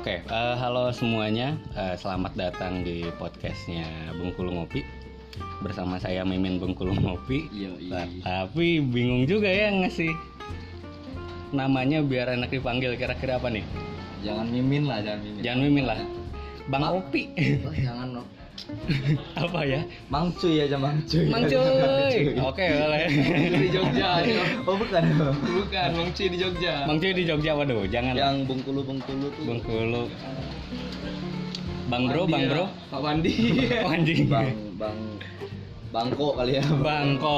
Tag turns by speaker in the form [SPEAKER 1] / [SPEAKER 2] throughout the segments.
[SPEAKER 1] Halo semuanya, selamat datang di podcastnya Bengkulu Ngopi. Bersama saya Mimin Bengkulu Ngopi. Tapi bingung juga ya ngasih namanya biar enak dipanggil, kira-kira apa nih?
[SPEAKER 2] Jangan Mimin lah.
[SPEAKER 1] Bang Opi.
[SPEAKER 2] Jangan no.
[SPEAKER 1] Apa ya?
[SPEAKER 2] Mang Cuy aja, Mang Cuy.
[SPEAKER 1] Oke, boleh.
[SPEAKER 2] Di Jogja. Oh bukan,
[SPEAKER 3] Mang Cuy di Jogja.
[SPEAKER 1] Bang Cuy di Jogja, waduh, jangan.
[SPEAKER 2] Yang Bengkulu tuh.
[SPEAKER 1] Bengkulu. Bang Bro.
[SPEAKER 3] Pak Wandi.
[SPEAKER 1] Oh, anjing.
[SPEAKER 2] Bangko kali ya.
[SPEAKER 1] Bangko.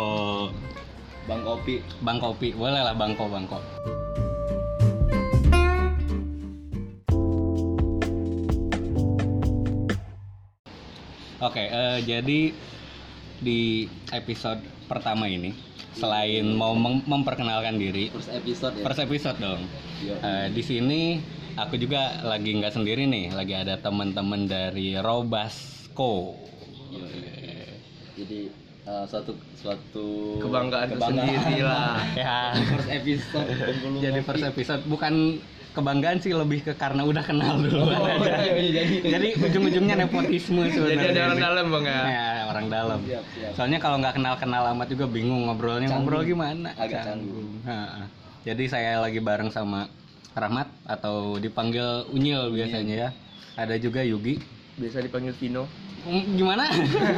[SPEAKER 2] Bang Kopi.
[SPEAKER 1] Boleh lah Bangko. Jadi di episode pertama ini, selain mau memperkenalkan diri, first episode dong. Di sini aku juga lagi nggak sendiri nih, lagi ada teman-teman dari Robasco.
[SPEAKER 2] Jadi suatu
[SPEAKER 3] kebanggaan tersendiri lah.
[SPEAKER 1] Ya.
[SPEAKER 2] First episode Bengkulu.
[SPEAKER 1] Jadi first episode bukan kebanggaan sih, lebih ke karena udah kenal dulu. Jadi ujung-ujungnya nepotisme sebenarnya.
[SPEAKER 3] Jadi ada orang dalam Bang ya.
[SPEAKER 1] Ya, orang dalam.
[SPEAKER 2] Siap.
[SPEAKER 1] Soalnya kalau nggak kenal amat juga bingung ngobrol gimana.
[SPEAKER 2] Agak canggung.
[SPEAKER 1] Jadi saya lagi bareng sama Rahmat atau dipanggil Unyil biasanya ya. Ada juga Yugi.
[SPEAKER 3] Biasa dipanggil Vino.
[SPEAKER 1] Gimana?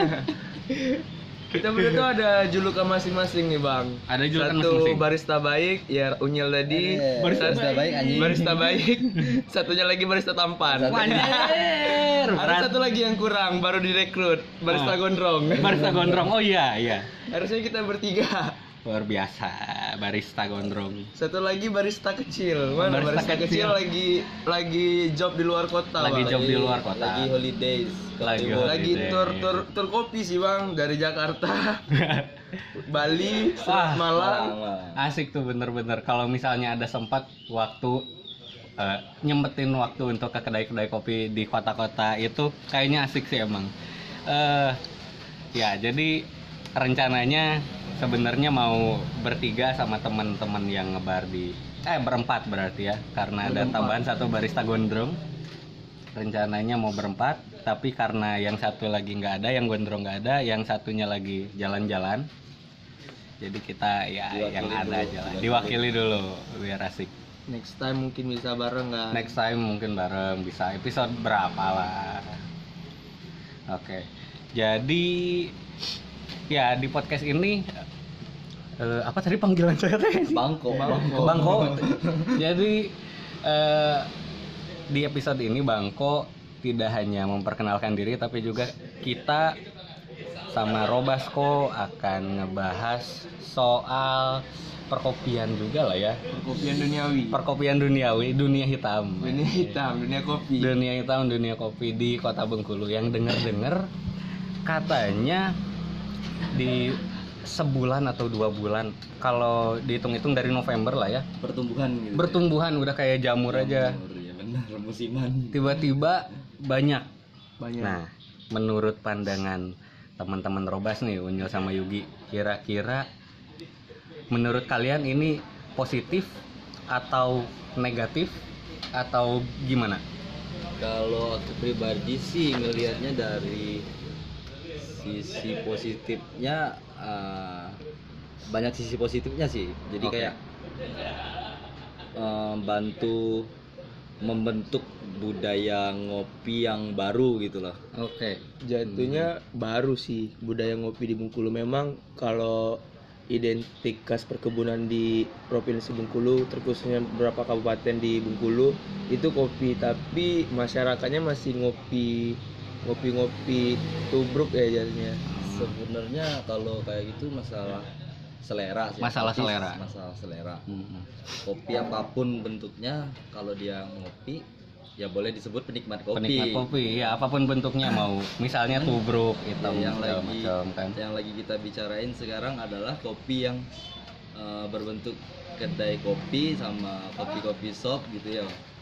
[SPEAKER 3] Kita berdua tuh ada julukan masing-masing nih Bang.
[SPEAKER 1] Ada julukan
[SPEAKER 3] Satu
[SPEAKER 1] masing-masing.
[SPEAKER 3] barista baik, ya Unyil tadi.
[SPEAKER 2] Barista baik anjing.
[SPEAKER 3] Barista baik. Satunya lagi barista tampan.
[SPEAKER 1] Anjir.
[SPEAKER 3] Ada satu lagi yang kurang, baru direkrut. Barista gondrong.
[SPEAKER 1] Barista gondrong. Oh iya.
[SPEAKER 3] Harusnya kita bertiga.
[SPEAKER 1] Luar biasa, barista gondrong.
[SPEAKER 3] Satu lagi barista kecil. Mana barista kecil lagi job di luar kota,
[SPEAKER 1] Lagi
[SPEAKER 3] Bang.
[SPEAKER 1] job di luar kota.
[SPEAKER 2] Lagi holidays.
[SPEAKER 1] holiday.
[SPEAKER 3] Lagi tur kopi sih Bang, dari Jakarta, Bali, Malang.
[SPEAKER 1] Asik tuh bener-bener. Kalau misalnya ada sempat waktu nyempetin waktu untuk ke kedai-kedai kopi di kota-kota itu, kayaknya asik sih emang. Ya jadi rencananya sebenarnya mau bertiga sama teman-teman yang ngebar di berempat berarti ya, karena ada tambahan satu barista gondrong. Rencananya mau berempat, tapi karena yang satu lagi nggak ada, yang gondrong nggak ada, yang satunya lagi jalan-jalan, jadi kita ya yang ada aja lah, diwakili dulu biar asik.
[SPEAKER 3] Next time mungkin bisa bareng nggak?
[SPEAKER 1] Next time mungkin bareng, bisa episode berapa lah. Oke. Jadi ya di podcast ini apa tadi panggilan saya teh?
[SPEAKER 2] Bangko.
[SPEAKER 1] Jadi di episode ini Bangko tidak hanya memperkenalkan diri, tapi juga kita sama Robasco akan ngebahas soal perkopian juga lah ya. Perkopian duniawi, dunia hitam, dunia kopi di Kota Bengkulu. Yang dengar katanya di sebulan atau 2 bulan, kalau dihitung-hitung dari November lah ya, bertumbuhan udah kayak jamur aja.
[SPEAKER 2] Ya benar, musiman.
[SPEAKER 1] Tiba-tiba banyak. Nah, menurut pandangan teman-teman Robas nih, Unyil sama Yugi, kira-kira menurut kalian ini positif atau negatif atau gimana?
[SPEAKER 2] Kalau aku pribadi sih ngelihatnya dari sisi positifnya, banyak sisi positifnya sih. Jadi kayak bantu membentuk budaya ngopi yang baru gitu loh.
[SPEAKER 3] Jatuhnya baru sih budaya ngopi di Bengkulu. Memang kalau identitas perkebunan di Provinsi Bengkulu, terkhususnya beberapa kabupaten di Bengkulu itu kopi, tapi masyarakatnya masih ngopi tubruk ya jadinya.
[SPEAKER 2] Sebenarnya kalau kayak gitu masalah selera sih.
[SPEAKER 1] Masalah
[SPEAKER 2] selera. Kopi apapun bentuknya, kalau dia ngopi ya boleh disebut penikmat kopi.
[SPEAKER 1] Ya apapun bentuknya, mau misalnya tubruk hitam
[SPEAKER 2] yang
[SPEAKER 1] macam kan.
[SPEAKER 2] Yang lagi kita bicarain sekarang adalah kopi yang berbentuk kedai kopi sama kopi shop gitu ya.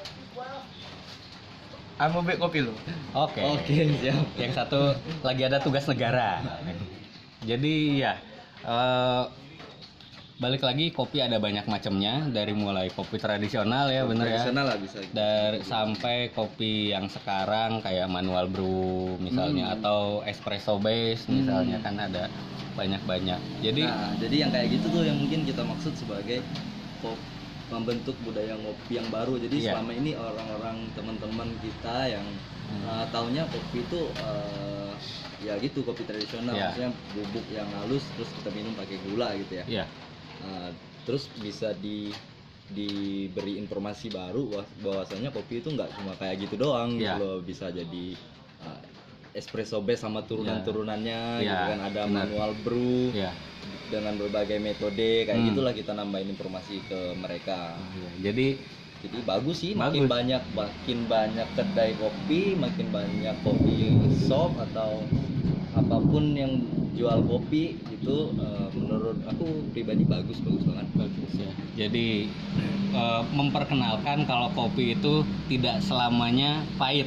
[SPEAKER 3] Aku beli kopi lo.
[SPEAKER 1] Oke, siap. Yang satu
[SPEAKER 2] Hmm.
[SPEAKER 1] lagi ada tugas negara. Jadi ya, menurut pandangan teman-teman Robas nih, Unyil sama Yugi, kira-kira menurut kalian ini positif atau negatif?
[SPEAKER 2] Kalau aku pribadi sih ngelihatnya dari sisi positifnya, bantu membentuk budaya ngopi yang baru gitu loh.
[SPEAKER 1] Jadi ya, menurut pandangan teman-teman Robas nih, Unyil sama Yugi, kira-kira balik lagi kopi ada banyak macamnya, dari mulai kopi tradisional ya, bener ya,
[SPEAKER 2] Tradisional lah bisa.
[SPEAKER 1] dari sampai kopi yang sekarang kayak manual brew misalnya, atau espresso base misalnya, kan ada banyak. Jadi
[SPEAKER 2] jadi yang kayak gitu tuh yang mungkin kita maksud sebagai membentuk budaya ngopi yang baru. Jadi selama ini orang-orang teman-teman kita yang taunya kopi itu ya gitu, kopi tradisional, maksudnya bubuk yang halus terus kita minum pakai gula gitu ya. Terus bisa diberi informasi baru bahwasanya kopi itu nggak cuma kayak gitu doang gitu loh, bisa jadi espresso base sama turunan-turunannya gitu kan, ada manual brew dengan berbagai metode kayak gitulah, kita nambahin informasi ke mereka.
[SPEAKER 1] Jadi
[SPEAKER 2] bagus sih, makin banyak kedai kopi, makin banyak kopi shop atau apapun yang jual kopi gitu, menurut aku pribadi bagus banget.
[SPEAKER 1] Bagus ya. Jadi memperkenalkan kalau kopi itu tidak selamanya pahit.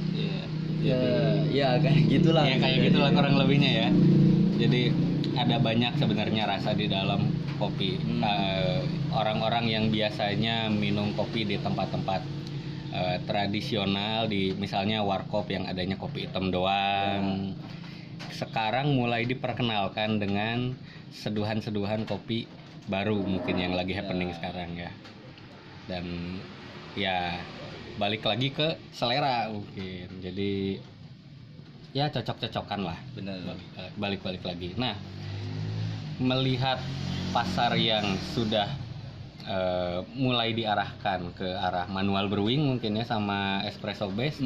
[SPEAKER 2] Ya kayak gitulah.
[SPEAKER 1] Ya kayak gitulah kurang lebihnya ya. Jadi ada banyak sebenarnya rasa di dalam kopi. Orang-orang yang biasanya minum kopi di tempat-tempat tradisional, di misalnya warkop yang adanya kopi hitam doang, sekarang mulai diperkenalkan dengan seduhan-seduhan kopi baru mungkin yang lagi happening sekarang ya. Dan ya balik lagi ke selera mungkin, jadi ya cocok-cocokan lah.
[SPEAKER 2] Benar.
[SPEAKER 1] Balik lagi. Nah, melihat pasar yang sudah mulai diarahkan ke arah manual brewing mungkin ya, sama espresso base,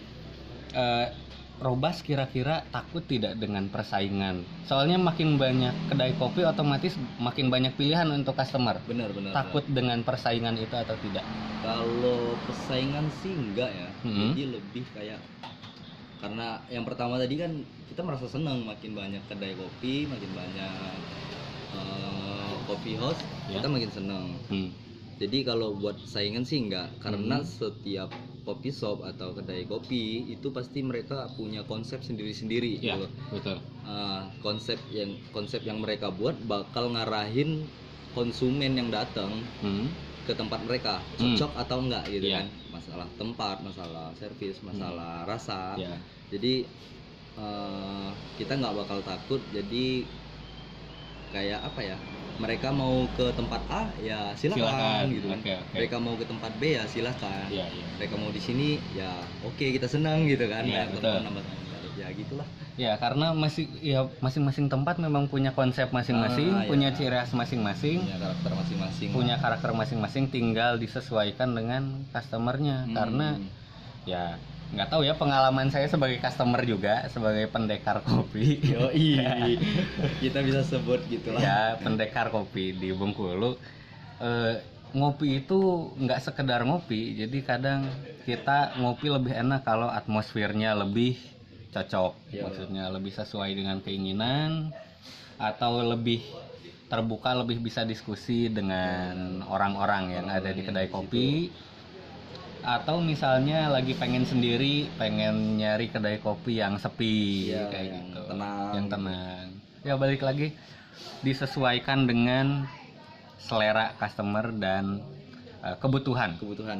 [SPEAKER 1] Robas kira-kira takut tidak dengan persaingan? Soalnya makin banyak kedai kopi, otomatis makin banyak pilihan untuk customer.
[SPEAKER 2] Benar.
[SPEAKER 1] Takut dengan persaingan itu atau tidak?
[SPEAKER 2] Kalau persaingan sih enggak ya. Jadi lebih kayak, karena yang pertama tadi kan kita merasa senang makin banyak kedai kopi, makin banyak coffee house, kita makin senang. Jadi kalau buat saingan sih enggak, karena setiap coffee shop atau kedai kopi itu pasti mereka punya konsep sendiri-sendiri.
[SPEAKER 1] Ya,
[SPEAKER 2] gitu.
[SPEAKER 1] betul.
[SPEAKER 2] Konsep yang mereka buat bakal ngarahin konsumen yang datang ke tempat mereka, cocok atau enggak gitu kan. Masalah tempat, masalah servis, masalah rasa. Jadi kita nggak bakal takut. Jadi kayak apa ya, mereka mau ke tempat A ya silakan gitu kan. Mereka mau ke tempat B ya silakan. Mereka mau di sini ya oke, kita senang gitu kan.
[SPEAKER 1] Betul.
[SPEAKER 2] Ya gitulah.
[SPEAKER 1] Ya karena masing-masing tempat memang punya konsep masing-masing, punya ciri khas masing-masing, punya karakter masing-masing, tinggal disesuaikan dengan customernya. Karena ya nggak tahu ya, pengalaman saya sebagai customer juga, sebagai pendekar kopi.
[SPEAKER 2] Kita bisa sebut gitulah.
[SPEAKER 1] Ya, pendekar kopi di Bengkulu. Ngopi itu nggak sekedar ngopi, jadi kadang kita ngopi lebih enak kalau atmosfernya lebih cocok, maksudnya lebih sesuai dengan keinginan, atau lebih terbuka, lebih bisa diskusi dengan orang-orang yang ada di kedai kopi. Atau misalnya lagi pengen sendiri, pengen nyari kedai kopi yang sepi, kayak gitu, yang tenang. Ya balik lagi, disesuaikan dengan selera customer dan kebutuhan.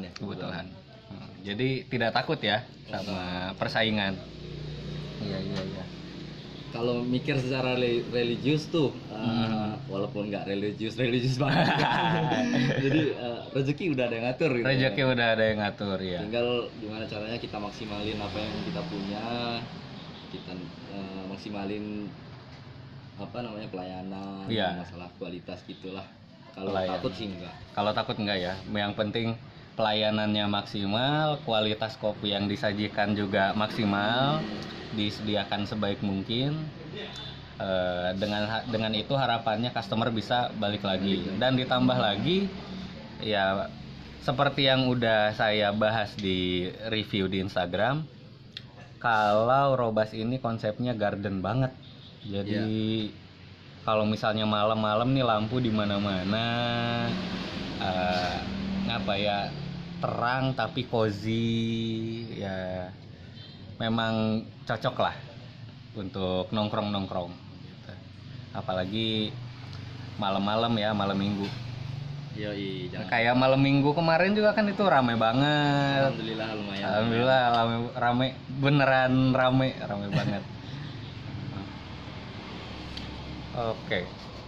[SPEAKER 1] Jadi tidak takut ya sama persaingan. Iya.
[SPEAKER 2] Kalau mikir secara religius tuh, walaupun nggak religius banget, jadi rezeki udah ada yang ngatur. Gitu.
[SPEAKER 1] Rezeki udah ada yang ngatur ya.
[SPEAKER 2] Tinggal gimana caranya kita maksimalin apa yang kita punya, kita maksimalin pelayanan, masalah kualitas gitulah. Kalau takut sih enggak. Kalau takut enggak
[SPEAKER 1] ya. Yang penting pelayanannya maksimal, kualitas kopi yang disajikan juga maksimal, disediakan sebaik mungkin. Dengan itu harapannya customer bisa balik lagi. Dan ditambah lagi ya, seperti yang udah saya bahas di review di Instagram, kalau Robas ini konsepnya garden banget. Jadi kalau misalnya malam-malam nih lampu di mana-mana, terang tapi cozy, ya memang cocok lah untuk nongkrong gitu. Apalagi malam-malam ya, malam minggu.
[SPEAKER 2] Yoi, jangan.
[SPEAKER 1] Kayak malam minggu kemarin juga kan itu rame banget.
[SPEAKER 2] Alhamdulillah lumayan.
[SPEAKER 1] Alhamdulillah rame beneran rame banget. Oke.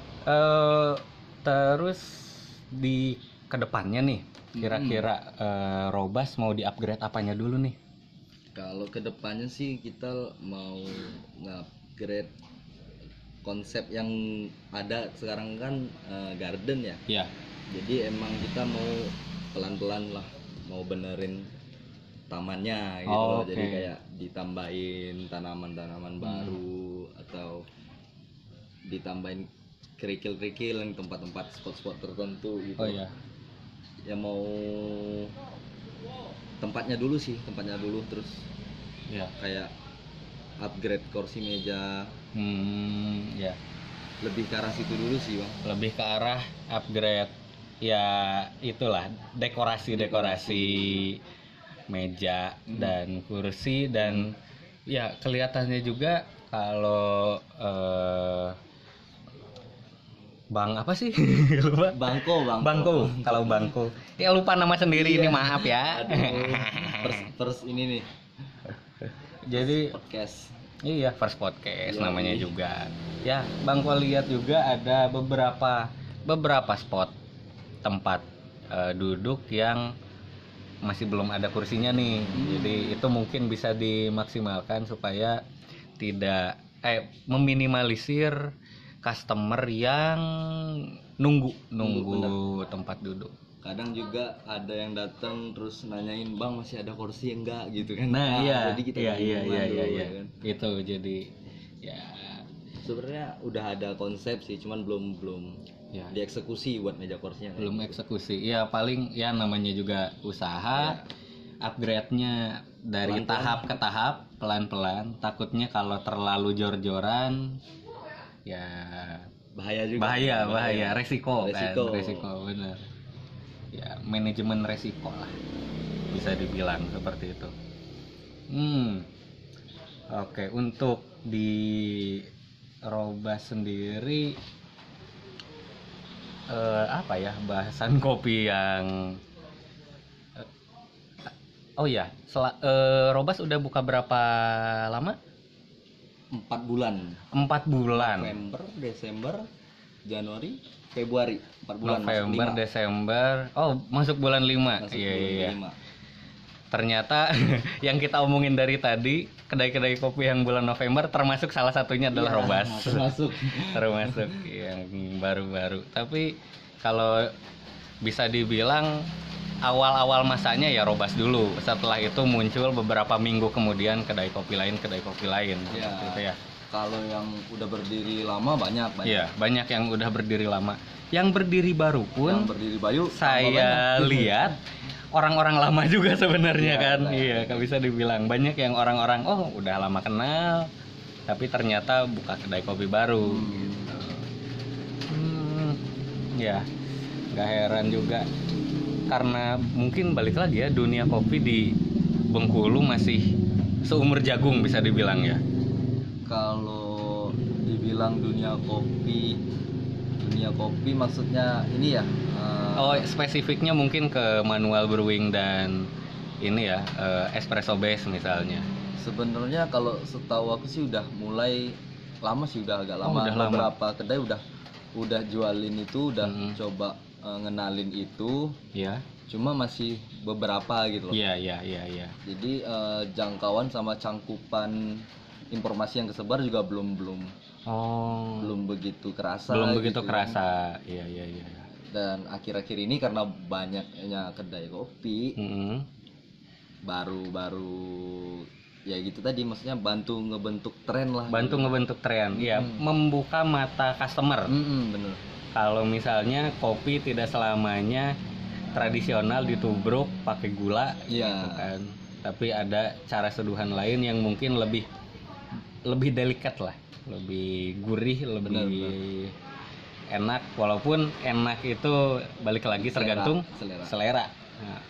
[SPEAKER 1] Terus di kedepannya nih kira-kira Robas mau di-upgrade apanya dulu nih?
[SPEAKER 2] Kalau kedepannya sih kita mau nge-upgrade konsep yang ada sekarang kan garden ya.
[SPEAKER 1] Iya.
[SPEAKER 2] Jadi emang kita mau pelan-pelan lah mau benerin tamannya gitu loh. Jadi kayak ditambahin tanaman-tanaman baru atau ditambahin kerikil-kerikil yang tempat-tempat spot-spot tertentu gitu.
[SPEAKER 1] Oh iya.
[SPEAKER 2] Ya mau tempatnya dulu terus
[SPEAKER 1] Iya.
[SPEAKER 2] kayak upgrade kursi meja.
[SPEAKER 1] Ya.
[SPEAKER 2] Lebih ke arah situ dulu sih, Bang.
[SPEAKER 1] Lebih ke arah upgrade ya itulah dekorasi meja dan kursi dan ya kelihatannya juga kalau Bang apa sih? Lupa. Bangko. Kalau bangko. Ya lupa nama sendiri ini, maaf ya.
[SPEAKER 2] Aduh, first ini nih.
[SPEAKER 1] Jadi
[SPEAKER 2] Podcast.
[SPEAKER 1] iya, First Podcast namanya juga. Ya, Bangko lihat juga ada beberapa spot tempat duduk yang masih belum ada kursinya nih. Jadi itu mungkin bisa dimaksimalkan supaya tidak meminimalisir customer yang nunggu tempat duduk.
[SPEAKER 2] Kadang juga ada yang datang terus nanyain, "Bang, masih ada kursi enggak?" gitu kan.
[SPEAKER 1] Nah, iya.
[SPEAKER 2] Jadi kita
[SPEAKER 1] Iya.
[SPEAKER 2] kan.
[SPEAKER 1] Itu jadi ya
[SPEAKER 2] sebenarnya udah ada konsep sih, cuman belum
[SPEAKER 1] ya
[SPEAKER 2] dieksekusi buat meja kursinya.
[SPEAKER 1] belum eksekusi. Ya paling ya namanya juga usaha. Upgrade-nya dari
[SPEAKER 2] Pelan-pelan.
[SPEAKER 1] tahap ke tahap, pelan-pelan. Takutnya kalau terlalu jor-joran ya
[SPEAKER 2] Bahaya juga.
[SPEAKER 1] bahaya resiko
[SPEAKER 2] Resiko.
[SPEAKER 1] benar ya, manajemen resiko lah bisa dibilang seperti itu. Oke, untuk di Robas sendiri apa ya bahasan kopi yang oh ya Robas udah buka berapa lama?
[SPEAKER 2] 4 bulan.
[SPEAKER 1] 4 bulan.
[SPEAKER 2] November, Desember, Januari, Februari. 4 bulan.
[SPEAKER 1] November,
[SPEAKER 2] masuk 5.
[SPEAKER 1] Desember. Oh, masuk bulan 5.
[SPEAKER 2] Masuk
[SPEAKER 1] Iya,
[SPEAKER 2] bulan
[SPEAKER 1] iya.
[SPEAKER 2] 5.
[SPEAKER 1] Ternyata yang kita omongin dari tadi, kedai-kedai kopi yang bulan November termasuk salah satunya adalah Robas. Termasuk yang baru-baru. Tapi kalau bisa dibilang awal-awal masanya ya Robas dulu. Setelah itu muncul beberapa minggu kemudian kedai kopi lain.
[SPEAKER 2] Ya.
[SPEAKER 1] Gitu ya.
[SPEAKER 2] Kalau yang udah berdiri lama banyak.
[SPEAKER 1] Iya, banyak yang udah berdiri lama. Yang berdiri baru pun
[SPEAKER 2] Yang berdiri baru
[SPEAKER 1] saya lihat orang-orang lama juga sebenarnya
[SPEAKER 2] Iya,
[SPEAKER 1] kan.
[SPEAKER 2] benar.
[SPEAKER 1] Iya, bisa dibilang banyak yang orang-orang udah lama kenal tapi ternyata buka kedai kopi baru gitu. Ya, nggak heran juga karena mungkin balik lagi ya dunia kopi di Bengkulu masih seumur jagung bisa dibilang ya.
[SPEAKER 2] Kalau dibilang dunia kopi maksudnya ini ya
[SPEAKER 1] Spesifiknya mungkin ke manual brewing dan ini ya espresso base misalnya.
[SPEAKER 2] sebenarnya kalau setahu aku sih udah mulai lama sih, udah agak lama.
[SPEAKER 1] Udah lama.
[SPEAKER 2] Beberapa kedai udah jualin itu, udah coba ngenalin itu,
[SPEAKER 1] Ya.
[SPEAKER 2] cuma masih beberapa gitu loh.
[SPEAKER 1] Iya.
[SPEAKER 2] Jadi jangkauan sama cangkupan informasi yang kesebar juga belum begitu kerasa.
[SPEAKER 1] Belum begitu
[SPEAKER 2] gitu.
[SPEAKER 1] kerasa. Iya.
[SPEAKER 2] Dan akhir-akhir ini karena banyaknya kedai kopi baru ya gitu tadi, maksudnya bantu ngebentuk tren lah.
[SPEAKER 1] Ngebentuk tren. Iya, membuka mata customer.
[SPEAKER 2] Bener.
[SPEAKER 1] Kalau misalnya kopi tidak selamanya tradisional ditubruk pakai gula
[SPEAKER 2] Iya.
[SPEAKER 1] gitu kan. Tapi ada cara seduhan lain yang mungkin lebih delikat lah, lebih gurih, lebih enak. Walaupun enak itu balik lagi tergantung selera. Nah.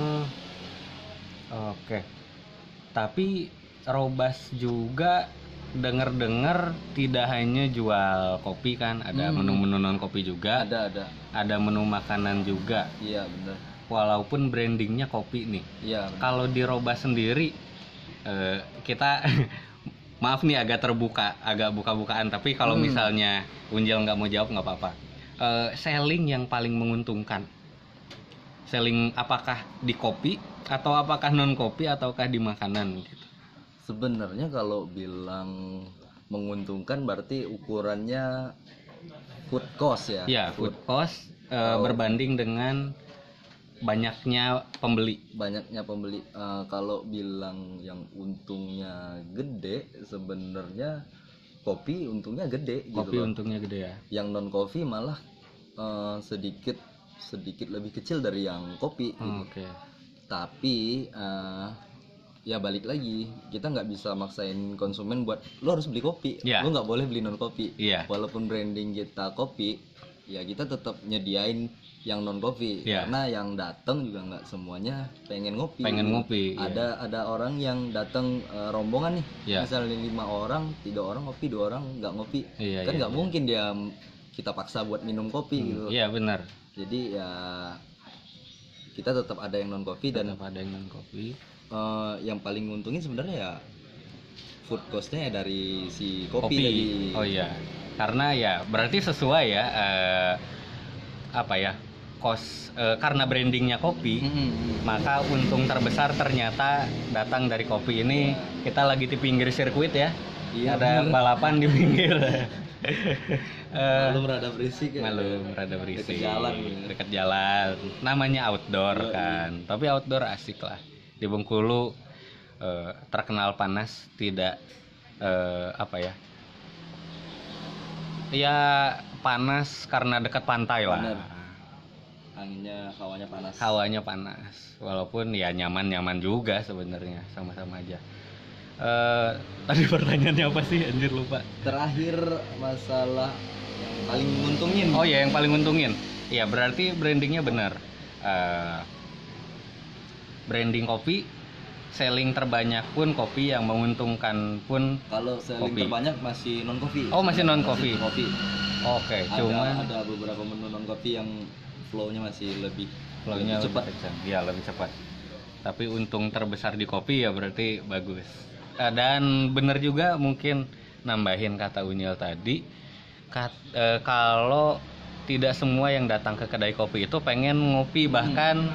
[SPEAKER 1] Oke. Tapi Robas juga dengar tidak hanya jual kopi kan, ada menu-menu non kopi juga, ada menu makanan juga.
[SPEAKER 2] Iya benar.
[SPEAKER 1] Walaupun brandingnya kopi nih.
[SPEAKER 2] Iya.
[SPEAKER 1] Kalau di Roba sendiri kita maaf nih agak buka-bukaan, tapi kalau misalnya Unjil nggak mau jawab nggak apa-apa. Selling yang paling menguntungkan, selling apakah di kopi atau apakah non kopi ataukah di makanan gitu?
[SPEAKER 2] Sebenarnya kalau bilang menguntungkan berarti ukurannya food cost ya.
[SPEAKER 1] Ya, food cost berbanding dengan banyaknya pembeli.
[SPEAKER 2] Kalau bilang yang untungnya gede, sebenarnya kopi untungnya gede gitu.
[SPEAKER 1] Kopi untungnya gede ya.
[SPEAKER 2] Yang non kopi malah sedikit lebih kecil dari yang kopi gitu.
[SPEAKER 1] Oke.
[SPEAKER 2] Tapi ya balik lagi, kita nggak bisa maksain konsumen buat lo harus beli kopi, lo nggak boleh beli non kopi. Walaupun branding kita kopi, ya kita tetap nyediain yang non kopi, karena yang datang juga nggak semuanya pengen ngopi. Ada orang yang datang rombongan nih, misalnya 5 orang, 3 orang ngopi, 2 orang nggak ngopi, kan nggak mungkin dia kita paksa buat minum kopi gitu.
[SPEAKER 1] Iya benar.
[SPEAKER 2] Jadi ya kita tetap ada yang non kopi dan
[SPEAKER 1] ada yang non kopi.
[SPEAKER 2] Yang paling nguntungin sebenarnya ya food cost-nya ya dari si kopi. Tadi.
[SPEAKER 1] Oh iya, karena ya berarti sesuai ya cost karena brandingnya kopi, maka untung terbesar ternyata datang dari kopi ini. Kita lagi di pinggir sirkuit ya, ada balapan di pinggir.
[SPEAKER 2] Malum rada berisik ya.
[SPEAKER 1] Dekat jalan. Namanya outdoor kan, tapi outdoor asik lah. Di Bengkulu terkenal panas, tidak ya panas karena dekat pantai lah.
[SPEAKER 2] Bener. Anginnya, hawanya panas.
[SPEAKER 1] Walaupun ya nyaman juga sebenarnya, sama-sama aja. Tadi pertanyaannya apa sih? Anjir lupa.
[SPEAKER 2] Terakhir masalah yang paling nguntungin.
[SPEAKER 1] Oh ya, yang paling nguntungin. Ya berarti brandingnya benar. Branding kopi, selling terbanyak pun kopi, yang menguntungkan pun
[SPEAKER 2] kalau selling kopi terbanyak masih non kopi.
[SPEAKER 1] Oh, masih non kopi.
[SPEAKER 2] Oke, ada beberapa menu non kopi yang flow-nya masih lebih cepat.
[SPEAKER 1] Iya, lebih cepat. Tapi untung terbesar di kopi ya berarti bagus. Dan benar juga mungkin nambahin kata Unyil tadi, kalau tidak semua yang datang ke kedai kopi itu pengen ngopi, bahkan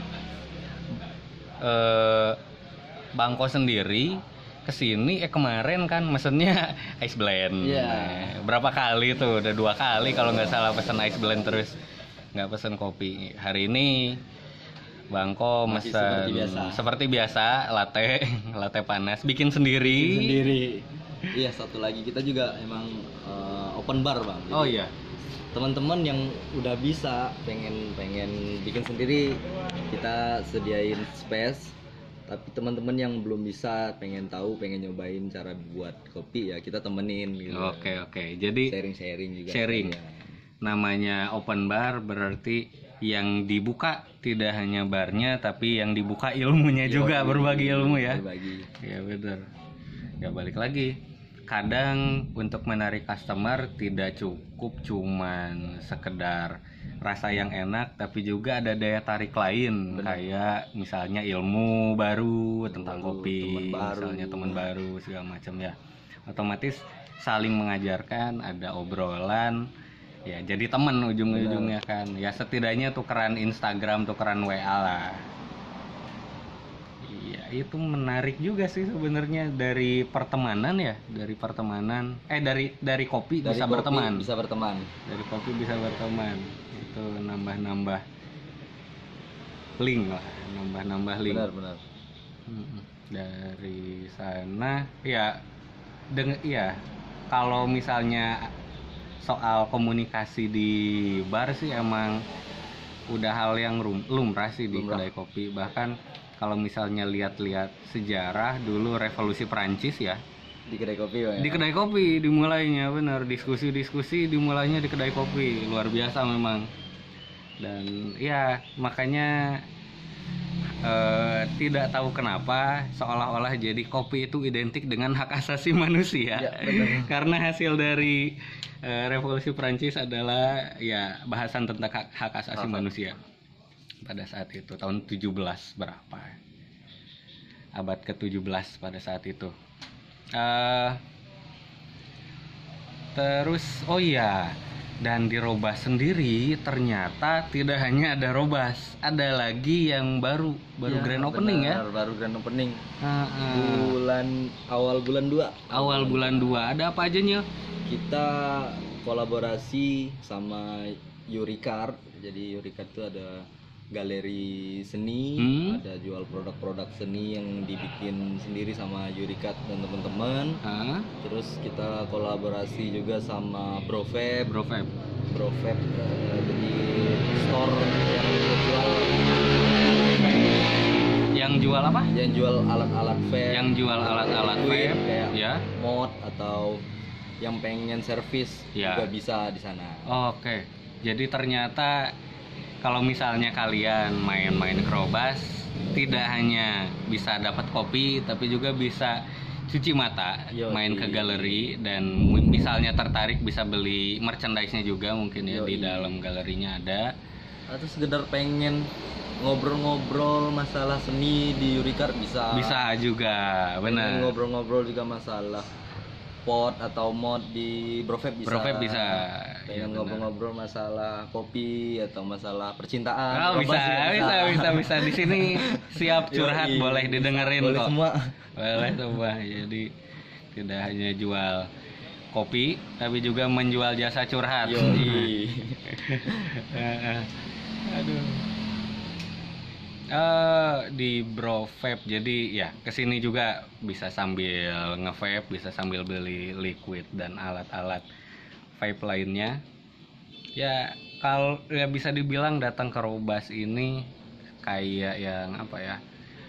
[SPEAKER 1] Bangko sendiri kesini kemarin kan mesennya ice blend. Berapa kali tuh, udah 2 kali kalau nggak salah pesen ice blend, terus nggak pesen kopi. Hari ini Bangko mesen seperti biasa latte panas, bikin sendiri.
[SPEAKER 2] Iya, satu lagi kita juga emang open bar bang. Jadi,
[SPEAKER 1] oh iya,
[SPEAKER 2] teman-teman yang udah bisa pengen bikin sendiri kita sediain space, tapi teman-teman yang belum bisa, pengen nyobain cara buat kopi, ya kita temenin gitu.
[SPEAKER 1] Oke. Jadi
[SPEAKER 2] sharing juga.
[SPEAKER 1] Namanya open bar berarti yang dibuka tidak hanya barnya, tapi yang dibuka ilmunya juga, berbagi ilmu ya. Ya benar. Ya balik lagi, kadang untuk menarik customer tidak cukup cuman sekedar rasa yang enak, tapi juga ada daya tarik lain. Kayak misalnya ilmu baru tentang kopi, misalnya teman baru segala macam ya. Otomatis saling mengajarkan, ada obrolan. Ya jadi teman ujung-ujungnya kan. Ya setidaknya tukeran Instagram, tukeran WA lah. Iya, itu menarik juga sih sebenarnya dari pertemanan ya, dari kopi bisa berteman. Dari kopi bisa berteman. Itu nambah link lah, nambah link.
[SPEAKER 2] Benar.
[SPEAKER 1] Dari sana ya kalau misalnya soal komunikasi di bar sih emang udah hal yang lumrah sih di kedai kopi. Bahkan kalau misalnya lihat-lihat sejarah dulu revolusi Perancis ya,
[SPEAKER 2] di kedai kopi ya?
[SPEAKER 1] Di kedai kopi dimulainya, bener, diskusi dimulainya di kedai kopi, luar biasa memang. Dan ya makanya tidak tahu kenapa seolah-olah jadi kopi itu identik dengan hak asasi manusia.
[SPEAKER 2] Ya, benar.
[SPEAKER 1] Karena hasil dari revolusi Prancis adalah ya bahasan tentang hak asasi manusia pada saat itu tahun 17 berapa, abad ke-17 pada saat itu. Terus oh iya, dan di Robas sendiri ternyata tidak hanya ada Robas, ada lagi yang baru
[SPEAKER 2] Ya,
[SPEAKER 1] grand opening ya.
[SPEAKER 2] Baru grand opening.
[SPEAKER 1] Bulan
[SPEAKER 2] Awal bulan 2.
[SPEAKER 1] awal bulan 2 ada apa aja nih?
[SPEAKER 2] Kita kolaborasi sama Yurikar. Jadi Yurikar itu ada galeri seni, ada jual produk-produk seni yang dibikin sendiri sama Yurikar dan teman-teman. Terus kita kolaborasi juga sama Brofab. Jadi store
[SPEAKER 1] Yang jual apa?
[SPEAKER 2] yang jual alat-alat vape,
[SPEAKER 1] Yang jual alat-alat
[SPEAKER 2] liquid,
[SPEAKER 1] vape
[SPEAKER 2] kayak
[SPEAKER 1] ya.
[SPEAKER 2] mod atau yang pengen servis
[SPEAKER 1] Ya.
[SPEAKER 2] juga bisa di sana.
[SPEAKER 1] Oke. Jadi ternyata kalau misalnya kalian main-main ke Robas, tidak hanya bisa dapat kopi, tapi juga bisa cuci mata,
[SPEAKER 2] Yoi.
[SPEAKER 1] main ke galeri, dan misalnya tertarik bisa beli merchandise-nya juga mungkin ya. Di
[SPEAKER 2] Yoi.
[SPEAKER 1] dalam galerinya ada.
[SPEAKER 2] Atau sekedar pengen ngobrol-ngobrol masalah seni di Yurikar bisa.
[SPEAKER 1] Bisa juga,
[SPEAKER 2] Pengen
[SPEAKER 1] benar.
[SPEAKER 2] ngobrol-ngobrol juga masalah pot atau mod di Brofab bisa.
[SPEAKER 1] Brofab bisa.
[SPEAKER 2] Pengen
[SPEAKER 1] Ya, benar.
[SPEAKER 2] ngobrol-ngobrol masalah kopi atau masalah percintaan.
[SPEAKER 1] Oh,
[SPEAKER 2] Robas juga
[SPEAKER 1] bisa di sini siap curhat,
[SPEAKER 2] Yoi,
[SPEAKER 1] boleh didengerin
[SPEAKER 2] boleh
[SPEAKER 1] kok.
[SPEAKER 2] semua.
[SPEAKER 1] Boleh semua. Jadi tidak hanya jual kopi, tapi juga menjual jasa curhat.
[SPEAKER 2] Yoi.
[SPEAKER 1] Aduh. Di Brofab, jadi ya kesini juga bisa sambil nge-vape, bisa sambil beli liquid dan alat-alat vape lainnya. Ya kalau ya bisa dibilang datang ke Robas ini kayak yang apa ya,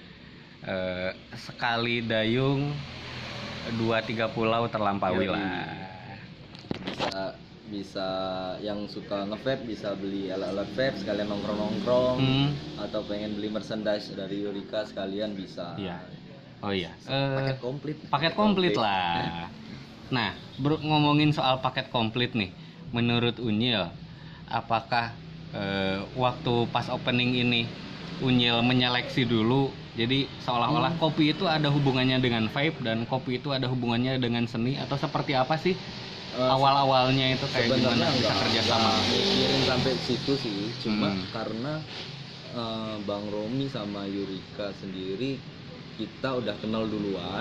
[SPEAKER 1] sekali dayung 2-3 pulau terlampaui
[SPEAKER 2] Yoi.
[SPEAKER 1] lah.
[SPEAKER 2] Bisa yang suka nge-vape bisa beli alat-alat vape sekalian nongkrong-nongkrong, atau pengen beli merchandise dari Yurika sekalian bisa.
[SPEAKER 1] Iya. Oh iya.
[SPEAKER 2] Paket komplit
[SPEAKER 1] Lah. Nah, ngomongin soal paket komplit nih, menurut Unyil, apakah waktu pas opening ini Unyil menyeleksi dulu? Jadi seolah-olah kopi itu ada hubungannya dengan vape dan kopi itu ada hubungannya dengan seni, atau seperti apa sih? Awal-awalnya itu kayak gimana bisa kerja sama?
[SPEAKER 2] Mikirin sampai situ sih, cuma karena Bang Romi sama Yurika sendiri kita udah kenal duluan,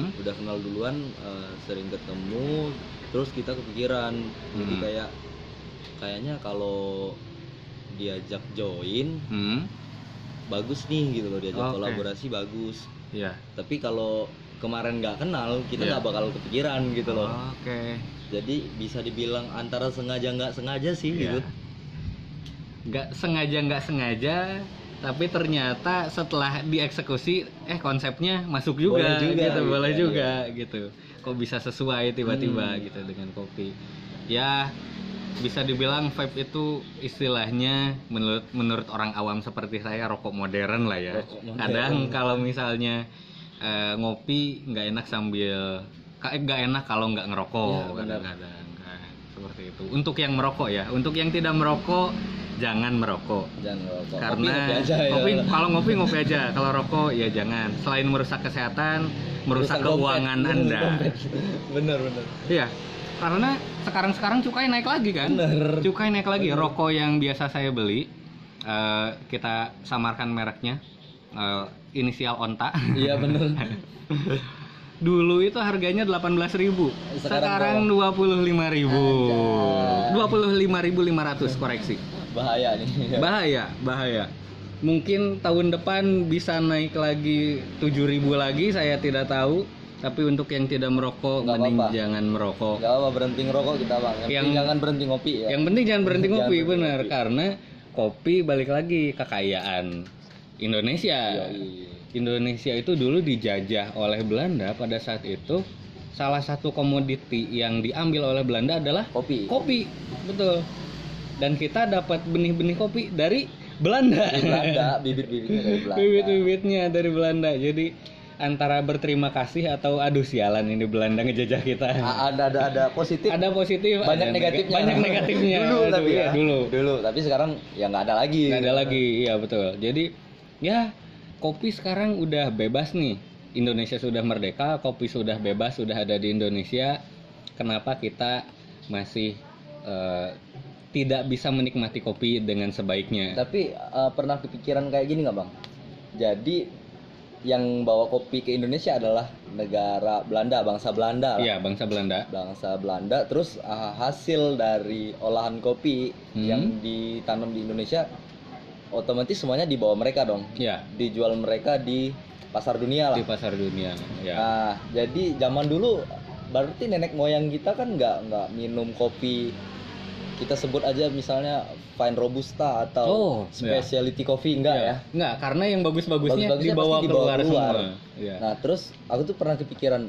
[SPEAKER 2] sering ketemu, terus kita kepikiran, jadi kayaknya kalau diajak join bagus nih gitu loh, diajak kolaborasi bagus.
[SPEAKER 1] Iya.
[SPEAKER 2] Tapi kalau kemarin nggak kenal, kita nggak bakal kepikiran gitu loh. Jadi bisa dibilang antara sengaja nggak sengaja sih gitu.
[SPEAKER 1] Nggak sengaja, tapi ternyata setelah dieksekusi konsepnya masuk juga, boleh juga gitu. Kok bisa sesuai tiba-tiba gitu dengan kopi. Ya bisa dibilang vape itu istilahnya menurut orang awam seperti saya rokok modern lah ya. Kadang kalau misalnya ngopi nggak enak kalau nggak ngerokok, kadang-kadang seperti itu. Untuk yang merokok ya, untuk yang tidak merokok jangan merokok. Karena kalau ngopi aja, kalau rokok ya jangan. Selain merusak kesehatan, merusak keuangan Anda.
[SPEAKER 2] Bener.
[SPEAKER 1] Iya, karena sekarang cukai naik lagi kan? Cukai naik lagi. Rokok yang biasa saya beli, kita samarkan mereknya, inisial Onta.
[SPEAKER 2] Iya bener.
[SPEAKER 1] Dulu itu harganya 18.000, sekarang 25.000, 25.500 koreksi.
[SPEAKER 2] Bahaya nih.
[SPEAKER 1] Bahaya. Mungkin tahun depan bisa naik lagi 7.000 lagi, saya tidak tahu. Tapi untuk yang tidak merokok, mending jangan merokok.
[SPEAKER 2] Gak apa, berhenti ngerokok kita bang. Yang jangan berhenti ngopi ya.
[SPEAKER 1] Yang penting jangan berhenti ngopi, benar. Karena kopi balik lagi kekayaan Indonesia. Indonesia itu dulu dijajah oleh Belanda. Pada saat itu salah satu komoditi yang diambil oleh Belanda adalah kopi. Betul. Dan kita dapat benih-benih kopi dari Belanda.
[SPEAKER 2] Di Belanda, bibit-bibitnya dari Belanda.
[SPEAKER 1] Bibit-bibitnya dari Belanda. Jadi antara berterima kasih atau aduh sialan ini Belanda ngejajah kita.
[SPEAKER 2] Ada positif.
[SPEAKER 1] Ada positif,
[SPEAKER 2] Banyak negatifnya.
[SPEAKER 1] Banyak negatifnya.
[SPEAKER 2] Dulu
[SPEAKER 1] Aduh,
[SPEAKER 2] tapi
[SPEAKER 1] ya,
[SPEAKER 2] ya. Dulu. Tapi sekarang ya nggak ada lagi.
[SPEAKER 1] Nggak ada lagi, iya betul. Jadi ya kopi sekarang udah bebas nih. Indonesia sudah merdeka, kopi sudah bebas, sudah ada di Indonesia. Kenapa kita masih tidak bisa menikmati kopi dengan sebaiknya?
[SPEAKER 2] Tapi pernah kepikiran kayak gini nggak bang? Jadi yang bawa kopi ke Indonesia adalah negara Belanda, bangsa Belanda lah.
[SPEAKER 1] Iya, bangsa Belanda.
[SPEAKER 2] Bangsa Belanda. Terus hasil dari olahan kopi yang ditanam di Indonesia otomatis semuanya dibawa mereka dong.
[SPEAKER 1] Iya.
[SPEAKER 2] Dijual mereka di pasar dunia lah.
[SPEAKER 1] Di pasar dunia. Ya.
[SPEAKER 2] Nah, jadi zaman dulu berarti nenek moyang kita kan nggak minum kopi. Kita sebut aja misalnya fine robusta atau specialty coffee enggak ya?
[SPEAKER 1] Enggak, karena yang bagus-bagusnya
[SPEAKER 2] Bagus-bagusnya
[SPEAKER 1] dibawa
[SPEAKER 2] pasti
[SPEAKER 1] keluar semua.
[SPEAKER 2] Ya. Nah, terus aku tuh pernah kepikiran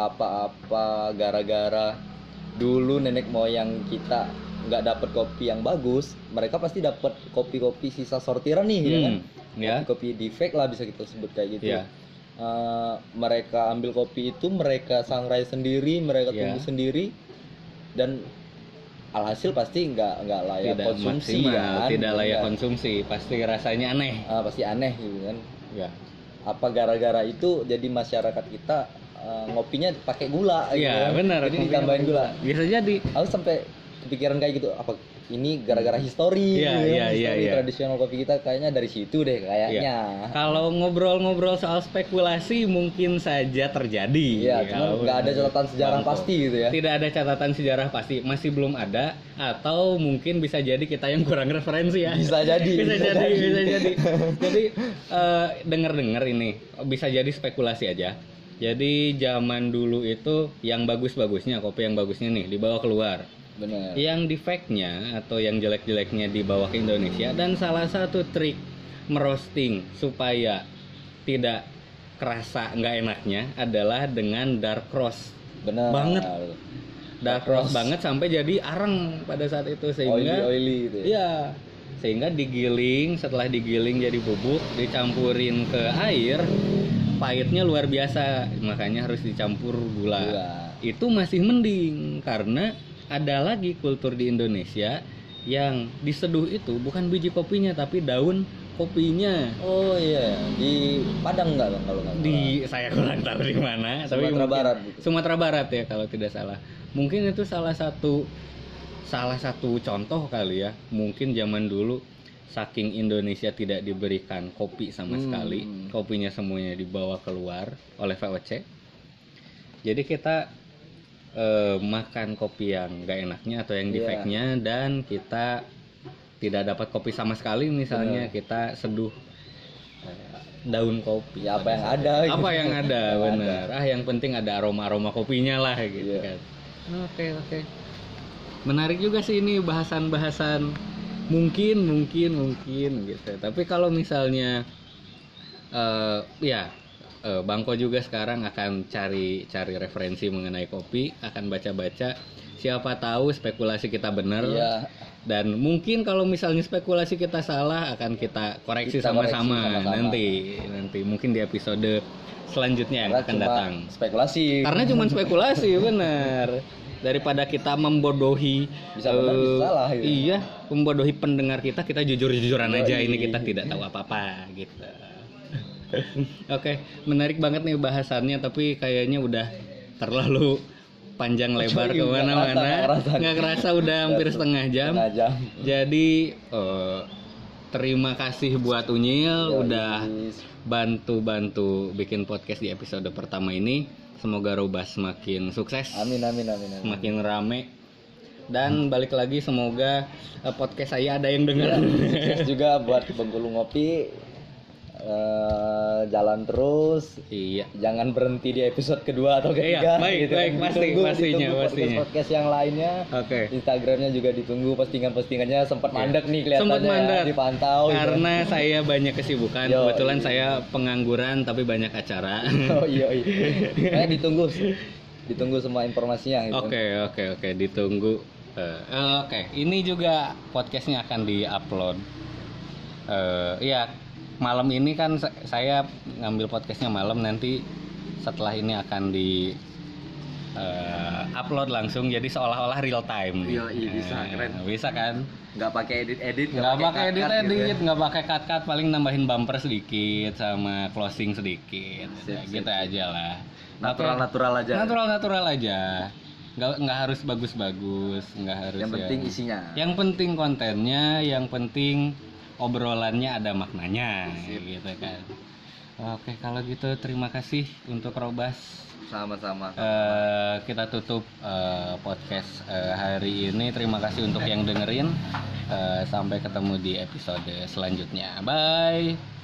[SPEAKER 2] apa gara-gara dulu nenek moyang kita nggak dapet kopi yang bagus, mereka pasti dapat kopi-kopi sisa sortiran nih, ya kan? Kopi defect lah bisa kita sebut kayak gitu.
[SPEAKER 1] Ya.
[SPEAKER 2] Mereka ambil kopi itu, mereka sangrai sendiri, mereka tunggu sendiri, dan alhasil pasti nggak layak
[SPEAKER 1] tidak
[SPEAKER 2] konsumsi
[SPEAKER 1] maksimal,
[SPEAKER 2] kan?
[SPEAKER 1] tidak layak konsumsi, pasti rasanya aneh.
[SPEAKER 2] Pasti aneh gitu kan?
[SPEAKER 1] Ya.
[SPEAKER 2] Apa gara-gara itu jadi masyarakat kita ngopinya pakai gula? Gitu
[SPEAKER 1] Iya
[SPEAKER 2] kan?
[SPEAKER 1] benar.
[SPEAKER 2] Jadi ditambahin gula.
[SPEAKER 1] Bisa jadi.
[SPEAKER 2] Aku sampai kepikiran kayak gitu. Apa ini gara-gara histori? Histori tradisional kopi kita kayaknya dari situ deh kayaknya.
[SPEAKER 1] Ya. Kalau ngobrol-ngobrol soal spekulasi mungkin saja terjadi.
[SPEAKER 2] Iya, cuma nggak ada catatan sejarah pasti gitu ya.
[SPEAKER 1] Tidak ada catatan sejarah pasti, masih belum ada, atau mungkin bisa jadi kita yang kurang referensi ya.
[SPEAKER 2] Bisa jadi.
[SPEAKER 1] bisa jadi. Jadi dengar-dengar ini bisa jadi spekulasi aja. Jadi zaman dulu itu yang bagus-bagusnya, kopi yang bagusnya nih dibawa keluar.
[SPEAKER 2] Benar.
[SPEAKER 1] Yang defectnya atau yang jelek-jeleknya dibawa ke Indonesia, dan salah satu trik merosting supaya tidak kerasa nggak enaknya adalah dengan dark roast.
[SPEAKER 2] Benar
[SPEAKER 1] banget, dark roast banget sampai jadi arang pada saat itu, sehingga
[SPEAKER 2] oily gitu ya.
[SPEAKER 1] Iya, sehingga digiling, setelah digiling jadi bubuk, dicampurin ke air, pahitnya luar biasa, makanya harus dicampur gula. Itu masih mending, karena ada lagi kultur di Indonesia yang diseduh itu bukan biji kopinya tapi daun kopinya.
[SPEAKER 2] Oh iya, di Padang enggak bang kalau nggak salah?
[SPEAKER 1] Di saya kurang tahu di mana, tapi
[SPEAKER 2] Sumatera Barat. Gitu.
[SPEAKER 1] Sumatera Barat ya kalau tidak salah. Mungkin itu salah satu contoh kali ya. Mungkin zaman dulu saking Indonesia tidak diberikan kopi sama sekali, kopinya semuanya dibawa keluar oleh VOC. Jadi kita makan kopi yang gak enaknya atau yang defectnya, dan kita tidak dapat kopi sama sekali, misalnya kita seduh daun kopi.
[SPEAKER 2] Ya apa yang ada gitu.
[SPEAKER 1] Apa yang ada, benar. Yang penting ada aroma kopinya lah gitu kan. Oke. Menarik juga sih ini bahasan mungkin gitu. Tapi kalau misalnya Bangko juga sekarang akan cari referensi mengenai kopi, akan baca-baca, siapa tahu spekulasi kita benar. Dan mungkin kalau misalnya spekulasi kita salah akan kita koreksi sama-sama. Nanti mungkin di episode selanjutnya yang akan datang.
[SPEAKER 2] Spekulasi.
[SPEAKER 1] Karena cuma spekulasi, benar. Daripada kita membodohi,
[SPEAKER 2] bisa benar bisa salah gitu.
[SPEAKER 1] Iya, membodohi pendengar kita jujur-jujuran aja, ini kita tidak tahu apa-apa gitu. Oke, menarik banget nih bahasannya, tapi kayaknya udah terlalu panjang lebar kemana-mana. Nggak kerasa udah hampir setengah jam. Jadi terima kasih buat Unyil udah bantu bikin podcast di episode pertama ini. Semoga Robas semakin sukses.
[SPEAKER 2] Amin.
[SPEAKER 1] Semakin rame. Dan balik lagi, semoga podcast saya ada yang dengar.
[SPEAKER 2] Sukses juga buat Bengkulu Ngopi. Jalan terus.
[SPEAKER 1] Iya.
[SPEAKER 2] Jangan berhenti di episode kedua atau ketiga.
[SPEAKER 1] Baik, pastinya.
[SPEAKER 2] Podcast yang lainnya.
[SPEAKER 1] Oke.
[SPEAKER 2] Instagramnya juga ditunggu, postingannya sempat mandek nih kelihatannya.
[SPEAKER 1] Sempat mandek.
[SPEAKER 2] Dipantau.
[SPEAKER 1] Karena saya banyak kesibukan. Kebetulan saya pengangguran tapi banyak acara.
[SPEAKER 2] Iya. Ditunggu semua informasinya. Gitu.
[SPEAKER 1] Oke. Ditunggu. Oke. Ini juga podcastnya akan diupload Iya, malam ini kan saya ngambil podcastnya malam, nanti setelah ini akan di upload langsung, jadi seolah-olah real time nih.
[SPEAKER 2] Iya, bisa, keren.
[SPEAKER 1] Bisa kan?
[SPEAKER 2] Nggak pakai edit
[SPEAKER 1] Nggak pakai
[SPEAKER 2] cut-cut gitu
[SPEAKER 1] edit,
[SPEAKER 2] ya.
[SPEAKER 1] nggak pakai cut, paling nambahin bumper sedikit sama closing sedikit.
[SPEAKER 2] Sip,
[SPEAKER 1] Gitu
[SPEAKER 2] sip.
[SPEAKER 1] aja lah.
[SPEAKER 2] Natural aja.
[SPEAKER 1] Natural aja. Nggak harus bagus-bagus, nggak harus.
[SPEAKER 2] Yang penting isinya.
[SPEAKER 1] Yang penting kontennya, yang penting obrolannya ada maknanya, gitu kan. Oke, kalau gitu terima kasih untuk Robas.
[SPEAKER 2] Sama-sama.
[SPEAKER 1] Kita tutup podcast hari ini. Terima kasih untuk yang dengerin. Sampai ketemu di episode selanjutnya. Bye.